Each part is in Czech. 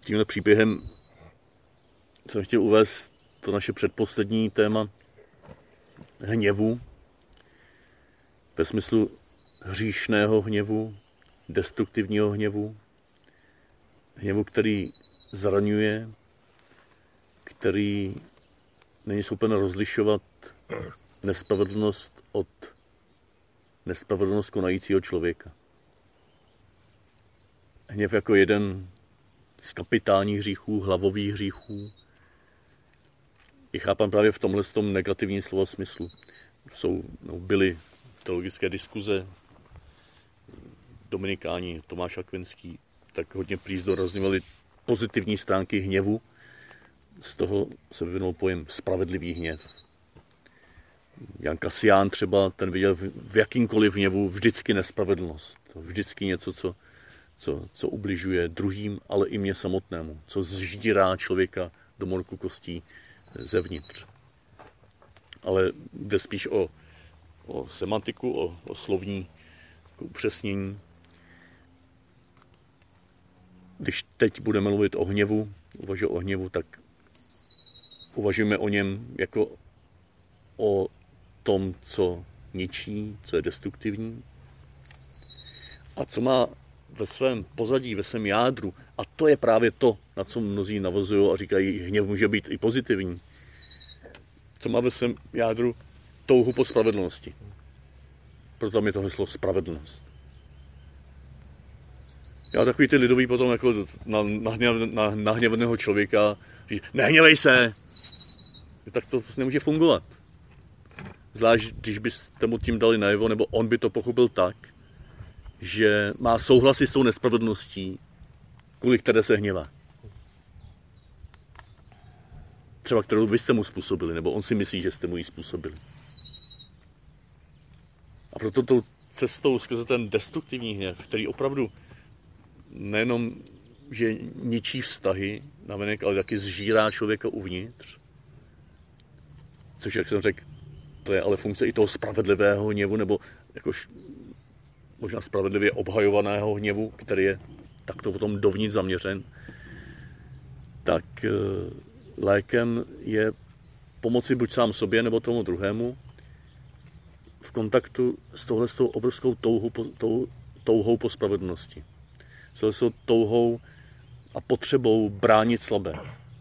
Tímhle příběhem jsem chtěl uvést to naše předposlední téma hněvu, ve smyslu hříšného hněvu, destruktivního hněvu, hněvu, který zraňuje, který není schopen rozlišovat nespravedlnost od nespravedlnost konajícího člověka. Hněv jako jeden z kapitálních hříchů, hlavových hříchů, je chápán právě v tomhle tom negativním slova smyslu. Byly teologické diskuze, dominikáni, Tomáš Akvinský, tak hodně prý zdůrazňovali pozitivní stránky hněvu. Z toho se vyvinul pojem spravedlivý hněv. Jan Kasián třeba, ten viděl v jakýmkoliv hněvu vždycky nespravedlnost. Vždycky něco, co ubližuje druhým, ale i mně samotnému. Co zždírá člověka do morku kostí zevnitř. Ale jde spíš o semantiku, o slovní upřesnění. Když teď budeme mluvit o hněvu, uvažujeme o hněvu, tak uvažujeme o něm jako o tom, co ničí, co je destruktivní a co má ve svém pozadí, ve svém jádru. A to je právě to, na co mnozí navazují a říkají, hněv může být i pozitivní. Co má ve svém jádru touhu po spravedlnosti. Proto tam je to heslo spravedlnost. Já takový ty lidový potom jako na nahněvaného člověka říct, nehněvej se! Tak to nemůže fungovat. Zvlášť, když byste mu tím dali najevo, nebo on by to pochopil tak, že má souhlasy s tou nespravedlností, kvůli které se hněvá. Třeba kterou vy jste mu způsobili, nebo on si myslí, že jste mu ji způsobili. A proto tou cestou skrze ten destruktivní hněv, který opravdu nejenom, že ničí vztahy navenek, ale taky zžírá člověka uvnitř, což, jak jsem řekl, to je ale funkce i toho spravedlivého hněvu, nebo jakož možná spravedlivě obhajovaného hněvu, který je takto potom dovnitř zaměřen, tak lékem je pomoci buď sám sobě, nebo tomu druhému v kontaktu s touhletou obrovskou touhou po spravedlnosti. S touhou a potřebou bránit slabé.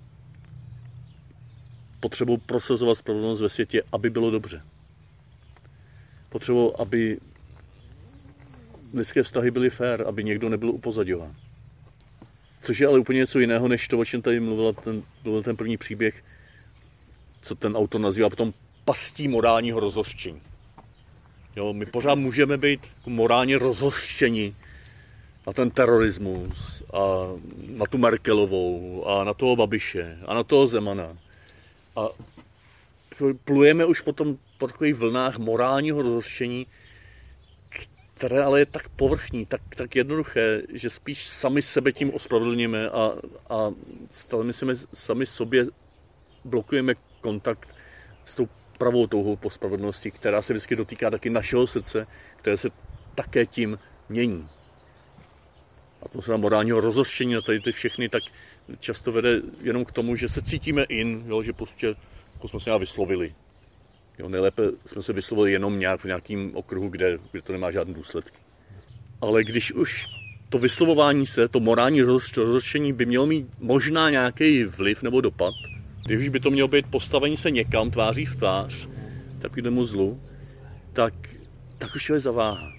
Potřebou prosazovat spravedlnost ve světě, aby bylo dobře. Potřebou, aby lidské vztahy byly fér, aby někdo nebyl upozaďován. Což je ale úplně něco jiného, než to, o čem tady mluvil ten první příběh, co ten autor nazývá potom pastí morálního rozhořčení. Jo, my pořád můžeme být morálně rozhořčeni na ten terorismus a na tu Merkelovou a na toho Babiše a na toho Zemana. A plujeme už potom po takových vlnách morálního rozhořčení, které ale je tak povrchní, tak jednoduché, že spíš sami sebe tím ospravedlníme a sami sobě blokujeme kontakt s tou pravou touhou po spravedlnosti, která se vždycky dotýká taky našeho srdce, které se také tím mění. Atmosféra morálního rozhořčení na tady ty všechny tak často vede jenom k tomu, že se cítíme jo, že prostě jako jsme se nějak vyslovili. Jo, nejlépe jsme se vyslovili jenom v nějakým okruhu, kde to nemá žádné důsledky. Ale když už to vyslovování se, to morální rozhořčení by mělo mít možná nějaký vliv nebo dopad, když už by to mělo být postavení se někam tváří v tvář takovému zlu, tak už člověk zaváhá.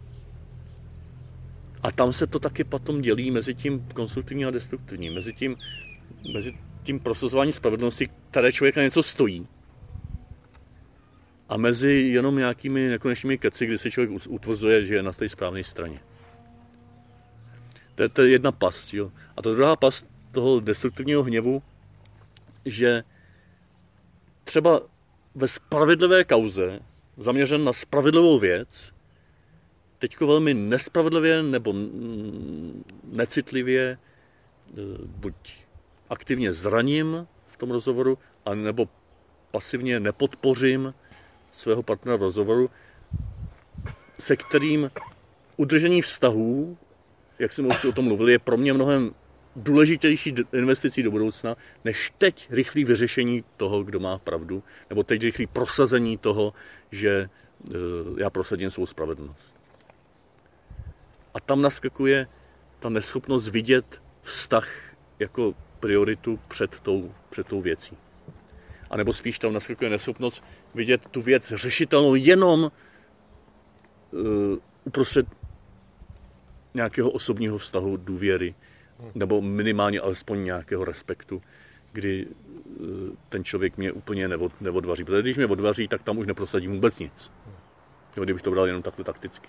A tam se to taky potom dělí mezi tím konstruktivním a destruktivním, mezi tím prosazováním spravedlnosti, které člověka něco stojí, a mezi jenom nějakými nekonečnými keci, kdy se člověk utvrzuje, že je na té správné straně. To je jedna past. Jo? A ta druhá past toho destruktivního hněvu, že třeba ve spravedlivé kauze, zaměřen na spravedlivou věc, teďko velmi nespravedlivě nebo necitlivě buď aktivně zraním v tom rozhovoru, nebo pasivně nepodpořím svého partnera v rozhovoru, se kterým udržení vztahů, jak jsme už o tom mluvili, je pro mě mnohem důležitější investicí do budoucna, než teď rychlé vyřešení toho, kdo má pravdu, nebo teď rychlé prosazení toho, že já prosadím svou spravedlnost. A tam naskakuje ta neschopnost vidět vztah jako prioritu před tou věcí. A nebo spíš tam naskakuje neschopnost vidět tu věc řešitelnou jenom uprostřed nějakého osobního vztahu důvěry, nebo minimálně alespoň nějakého respektu, kdy ten člověk mě úplně neodvaří. Protože když mě odvaří, tak tam už neprosadím vůbec nic. Jo, kdybych to bral jenom takto takticky.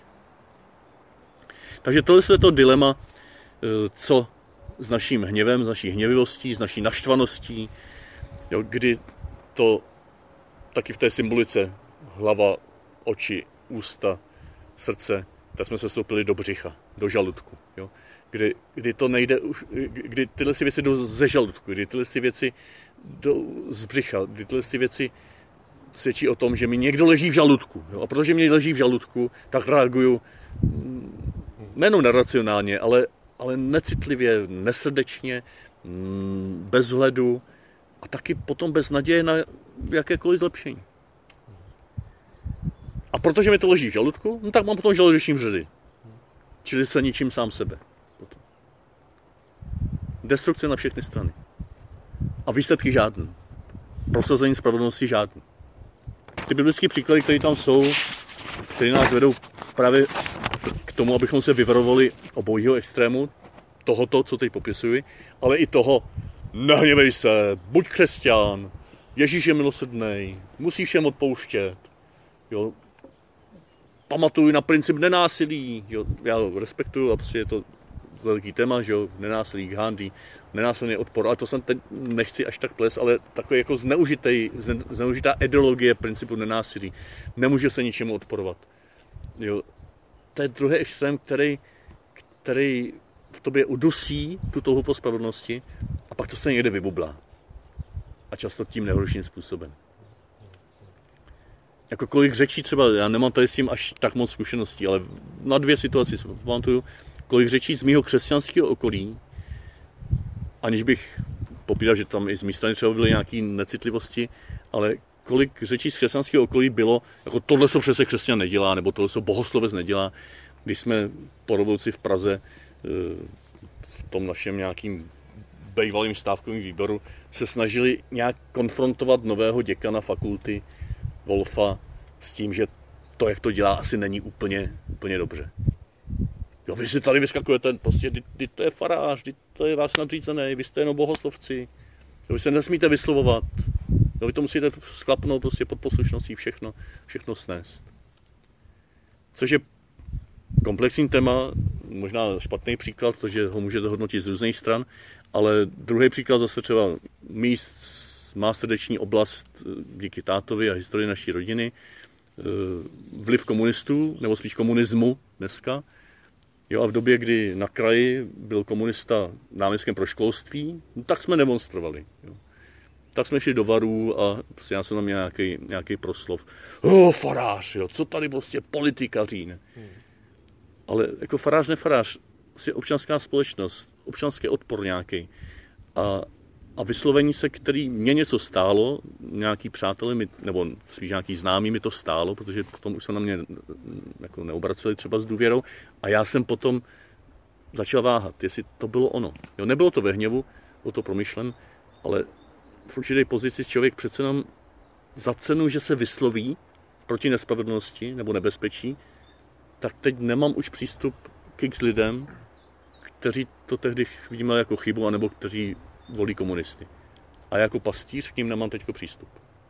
Takže tohle je to dilema, co s naším hněvem, s naší hněvivostí, s naší naštvaností, jo, kdy to taky v té symbolice hlava, oči, ústa, srdce, tak jsme se stoupili do břicha, do žaludku. Jo. Kdy to nejde už, kdy tyhle si věci jdou ze žaludku, kdy tyhle si věci jdou z břicha, kdy tyhle si věci svědčí o tom, že mi někdo leží v žaludku. Jo. A protože mě leží v žaludku, tak reaguju nejenom neracionálně, ale necitlivě, nesrdečně, bez vhledu a taky potom bez naděje na jakékoliv zlepšení. A protože mi to leží v žaludku, no tak mám potom žaludeční vředy. Čili se ničím sám sebe. Destrukce na všechny strany. A výsledky žádný. Prosazení spravedlnosti žádný. Ty biblické příklady, které tam jsou, které nás vedou právě k tomu, abychom se vyvarovali obojího extrému, tohoto, co teď popisuji, ale i toho, nehněvej se, buď křesťan, Ježíš je milosrdnej, musí všem odpouštět, jo, pamatuj na princip nenásilí, jo, já respektuju, a prostě je to velký téma, že jo, nenásilí, Gandhi, nenásilný odpor, ale to jsem teď nechci až tak ples, ale takový jako zneužitá ideologie principu nenásilí. Nemůže se ničemu odporovat. Jo, to je druhý extrém, který v tobě udusí tu touhu po spravedlnosti a pak to se někde vybublá. A často tím nejhorším způsobem. Jako kolik řečí třeba, já nemám tady s tím až tak moc zkušeností, ale na dvě situaci si pamatuju, kolik řečí z mýho křesťanského okolí, aniž bych popíral, že tam i z mé strany třeba byly nějaké necitlivosti, ale kolik řečí z křesťanského okolí bylo, jako tohle se přece křesťan nedělá, nebo tohle se bohoslovec nedělá, když jsme po revoluci v Praze v tom našem nějakým bývalým stávkovým výboru se snažili nějak konfrontovat nového děkana fakulty Wolfa s tím, že to, jak to dělá, asi není úplně dobře. Jo, vy si tady vyskakujete, prostě, to je farář, to je váš nadřízený, vy jste jenom bohoslovci, jo, vy se nesmíte vyslovovat, jo, vy to musíte sklapnout prostě pod poslušností všechno snést. Což je komplexní téma, možná špatný příklad, protože ho můžete hodnotit z různých stran, ale druhý příklad zase třeba má srdeční oblast díky tátovi a historii naší rodiny, vliv komunistů, nebo spíš komunismu dneska. Jo, a v době, kdy na kraji byl komunista náměstkem pro školství, tak jsme demonstrovali. Jo. Tak jsme šli do Varů a prostě já jsem tam měl nějaký proslov. Farář, jo, co tady prostě politikaří, ne? Ale jako farář, nefarář, je občanská společnost, občanský odpor nějaký. A vyslovení se, který mě něco stálo, nějaký přátelé, nebo spíš nějaký známí mi to stálo, protože potom už se na mě jako neobraceli třeba s důvěrou. A já jsem potom začal váhat, jestli to bylo ono. Jo, nebylo to ve hněvu, bylo to promyšlen, ale v určité pozici člověk přece jenom za cenu, že se vysloví proti nespravedlnosti nebo nebezpečí, tak teď nemám už přístup k x lidem, kteří to tehdy vnímali jako chybu, anebo kteří volí komunisty. A jako pastýř k ním nemám teď přístup.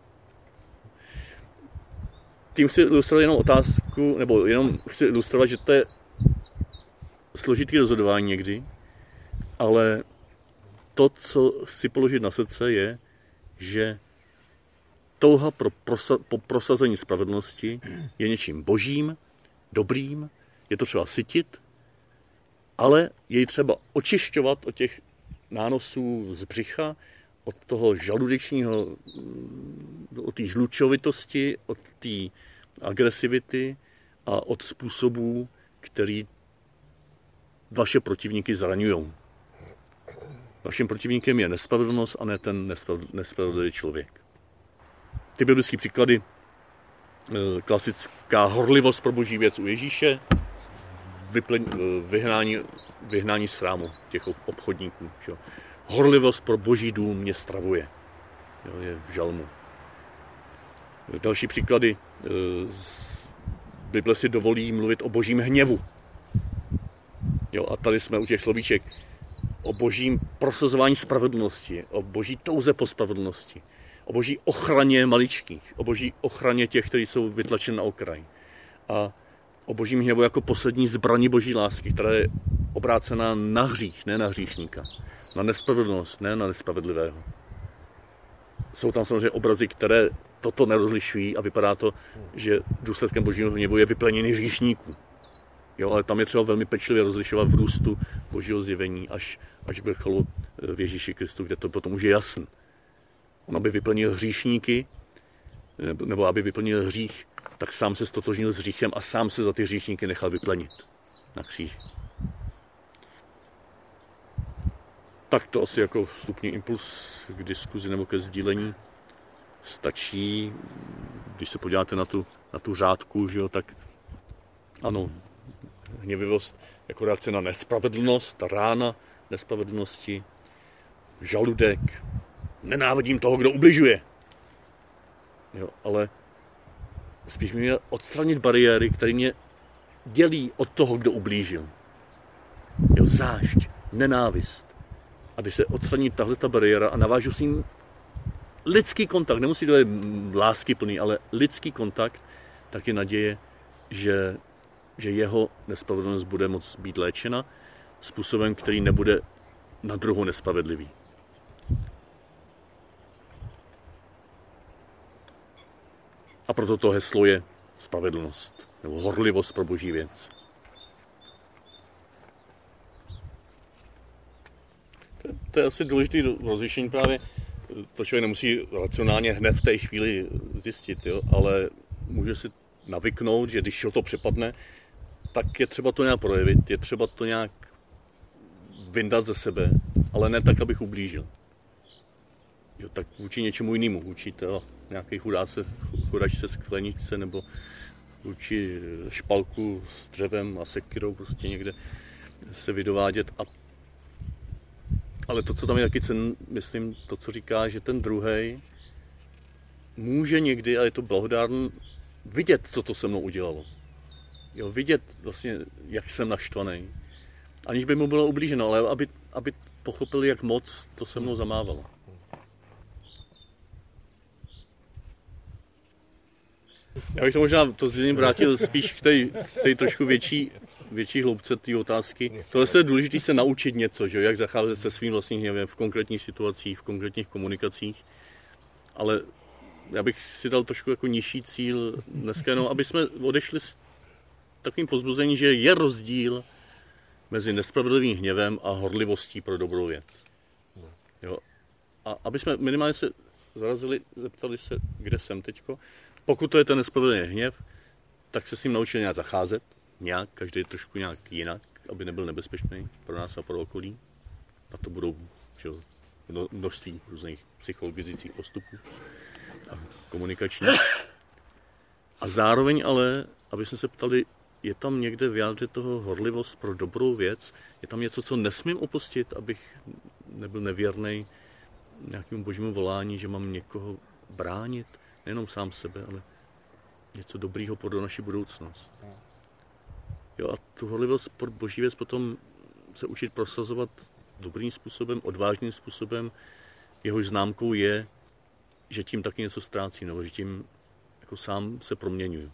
Tím chci ilustrovat jenom otázku, nebo jenom chci ilustrovat, že to je složitý rozhodování někdy, ale to, co chci položit na srdce, je, že touha po prosazení spravedlnosti je něčím božím, dobrým, je to třeba sytit, ale je třeba očišťovat od těch nánosů z břicha, od toho žaludečního, od té žlučovitosti, od té agresivity a od způsobů, který vaše protivníky zraňují. Vaším protivníkem je nespravedlnost a ne ten nespravedlivý člověk. Ty biblické příklady, klasická horlivost pro boží věc u Ježíše, vyhnání z chrámu těch obchodníků. Že? Horlivost pro boží dům mě stravuje. Jo, je v žalmu. Další příklady. Bible si dovolí mluvit o božím hněvu. Jo, a tady jsme u těch slovíček. O božím prosazování spravedlnosti, o boží touze po spravedlnosti, o boží ochraně maličkých, o boží ochraně těch, kteří jsou vytlačeni na okraj. A o božím hněvu jako poslední zbraní boží lásky, která je obrácená na hřích, ne na hříšníka. Na nespravedlnost, ne na nespravedlivého. Jsou tam samozřejmě obrazy, které toto nerozlišují a vypadá to, že důsledkem božího hněvu je vyplenění hříšníků. Jo, ale tam je třeba velmi pečlivě rozlišovat v růstu božího zjevení až k vrcholu v Ježíši Kristu, kde to potom už je jasné. On aby vyplnil hříšníky, nebo aby vyplnil hřích, tak sám se stotožnil s hříchem a sám se za ty hříšníky nechal vyplenit na kříži. Tak to asi jako vstupní impuls k diskuzi nebo ke sdílení stačí. Když se podíváte na tu řádku, že jo, tak ano, hněvivost jako reakce na nespravedlnost, ta rána nespravedlnosti, žaludek, nenávidím toho, kdo ubližuje. Jo, ale spíš mi měl odstranit bariéry, které mě dělí od toho, kdo ublížil. Jo, zášť, nenávist. A když se odstraní tahleta bariéra a navážu s ním lidský kontakt, nemusí to být láskyplný, ale lidský kontakt, tak je naděje, že jeho nespravedlnost bude moct být léčena způsobem, který nebude na druhou nespravedlivý. A proto to heslo je spravedlnost, nebo horlivost pro boží věc. To je asi důležité rozlišení právě. To člověk nemusí racionálně hned v té chvíli zjistit, jo? Ale může si navyknout, že když ho to přepadne, tak je třeba to nějak projevit, je třeba to nějak vyndat ze sebe, ale ne tak, abych ublížil. Jo, tak vůči něčemu jinému, vůči nějaké chudačce skleničce nebo vůči špalku s dřevem a sekyrou prostě někde se vydovádět. Ale to, co tam je taky myslím, to, co říká, že ten druhej může někdy, a je to blahodárný, vidět, co to se mnou udělalo. Jo, vidět vlastně, jak jsem naštvaný. Aniž by mu bylo ublíženo, ale aby pochopili, jak moc to se mnou zamávalo. Já bych to možná vrátil spíš k té trošku větší hloubce té otázky. Tohle je důležité se naučit něco, že? Jak zacházet se svým vlastním hněvem v konkrétních situacích, v konkrétních komunikacích. Ale já bych si dal trošku jako nižší cíl dneska, jenom aby jsme odešli s takovým povzbuzením, že je rozdíl mezi nespravedlivým hněvem a horlivostí pro dobrou věc. Jo? A aby jsme minimálně se zarazili, zeptali se, kde jsem teďko. Pokud to je ten nespravedlivý hněv, tak se s ním naučili nějak zacházet, každý trošku nějak jinak, aby nebyl nebezpečný pro nás a pro okolí. A to budou množství různých psychologických postupů a komunikačních. A zároveň ale, aby jsme se ptali, je tam někde v jádře toho horlivost pro dobrou věc? Je tam něco, co nesmím opustit, abych nebyl nevěrný nějakému božímu volání, že mám někoho bránit? Nejenom sám sebe, ale něco dobrýho pro naši budoucnost. Jo, a tu horlivost pro boží věc potom se učit prosazovat dobrým způsobem, odvážným způsobem. Jehož známkou je, že tím taky něco ztrácí, nebo že tím jako sám se proměňuju.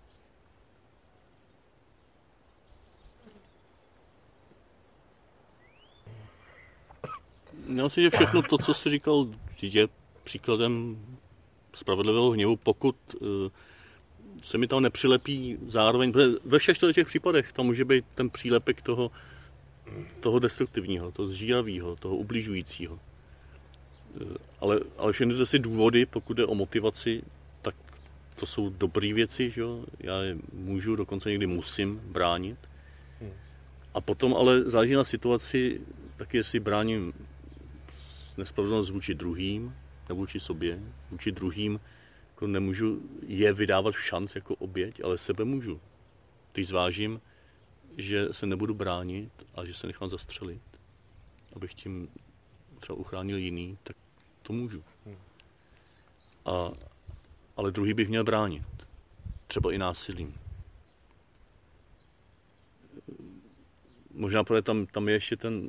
Já si, že všechno to, co jsi říkal, je příkladem spravedlivého hněvu, pokud se mi tam nepřilepí zároveň, ve všech těch případech tam může být ten přílepek toho destruktivního, toho zžíravého, toho ubližujícího. Ale všechny ty důvody, pokud jde o motivaci, tak to jsou dobré věci, že jo? Já je můžu, dokonce někdy musím bránit. A potom ale záleží na situaci, taky jestli bráním nespravedlnost vůči druhým, nebo vůči sobě, vůči druhým, jako nemůžu je vydávat v šanc jako oběť, ale sebe můžu. Když zvážím, že se nebudu bránit a že se nechám zastřelit, abych tím třeba uchránil jiný, tak to můžu. Ale druhý bych měl bránit. Třeba i násilím. Možná tam je ještě ten...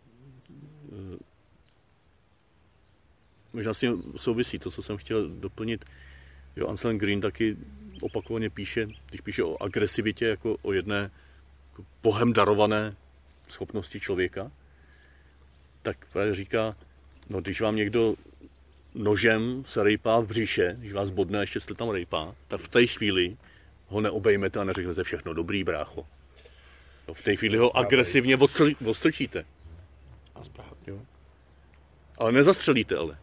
Možná s tím souvisí to, co jsem chtěl doplnit. Jo, Anselm Green taky opakovaně píše, když píše o agresivitě jako o jedné bohem darované schopnosti člověka, tak právě říká, no když vám někdo nožem se rejpá v břiše, když vás bodne a ještě se tam rejpá, tak v té chvíli ho neobejmete a neřeknete všechno dobrý, brácho. Jo, v té chvíli ho agresivně odstrčíte. Jo. Ale nezastřelíte, ale.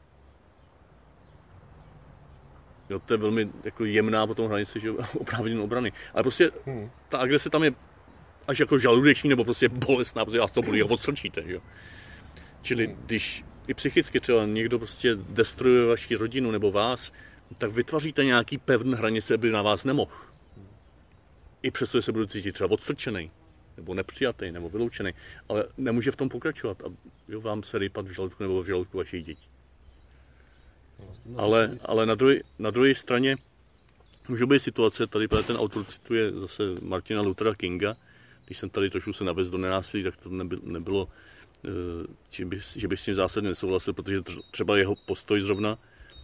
Jo, to je velmi jako jemná potom hranice, že oprávněnou obrany. Ale prostě ta agrese tam je až jako žaludeční nebo prostě bolestná, protože vás to bolí a odstrčíte. Že? Čili když i psychicky třeba někdo prostě destruuje vaši rodinu nebo vás, tak vytvoříte nějaký pevný hranice, aby na vás nemohl. I přesto, že se budu cítit třeba odstrčený, nebo nepřijatý, nebo vyloučený, ale nemůže v tom pokračovat a jo, vám se rýpat v žaludku nebo v žaludku vašich dětí. Ale na druhé straně může být situace, tady ten autor cituje zase Martina Luthera Kinga, když jsem tady trošku se navez do nenásilí, tak to nebylo, že bych s tím zásadně nesouhlasil, protože třeba jeho postoj zrovna,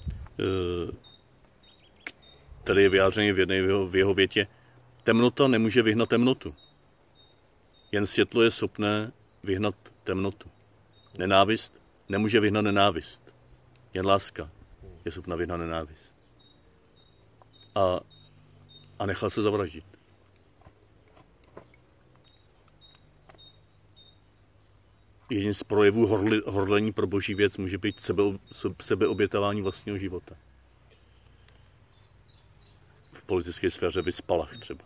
který je vyjádřený v jeho větě, temnota nemůže vyhnat temnotu. Jen světlo je schopné vyhnat temnotu. Nenávist nemůže vyhnat nenávist. Jen láska je schopná vyhnat nenávist. A nechal se zavraždit. Jeden z projevů horlení pro boží věc může být sebeobětování vlastního života. V politické sféře ve Spalach třeba.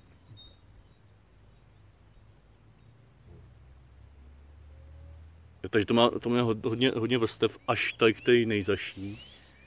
Takže to má hodně vrstev až tady k té nejzaší,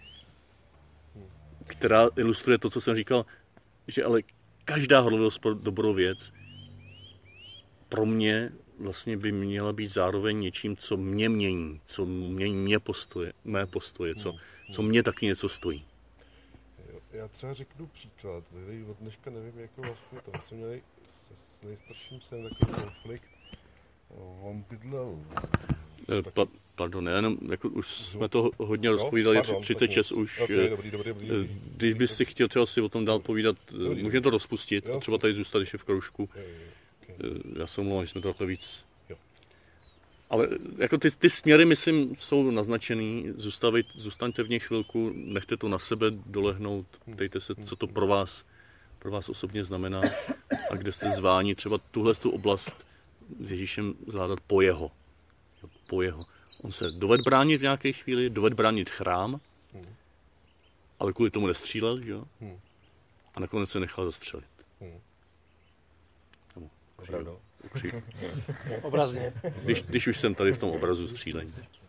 která ilustruje to, co jsem říkal, že ale každá horlivost pro dobrou věc pro mě vlastně by měla být zároveň něčím, co mě mění, co mění mé postoje, co mě taky něco stojí. Já třeba řeknu příklad, tady od dneška nevím, jako vlastně to. My jsme měli s nejstarším jsem takový konflikt. On bydlel... Pardon, jenom, jako už jsme to hodně rozpovídali, 36 už. Okay, dobrý. Když bys si chtěl třeba si o tom dál povídat, můžeme to rozpustit a třeba tady zůstat ještě v kroužku. Já se omlouvám, že jsme to takhle víc. Ale jako ty směry, myslím, jsou naznačený. Zůstaňte v něj chvilku, nechte to na sebe dolehnout, ptejte se, co to pro vás osobně znamená a kde jste zváni třeba tuhle oblast s Ježíšem zvládat po jeho. On se dovedl bránit v nějaké chvíli, dovedl bránit chrám, ale kvůli tomu nestřílel, že jo? A nakonec se nechal zastřelit. Obrazně. Když už jsem tady v tom obrazu střílení.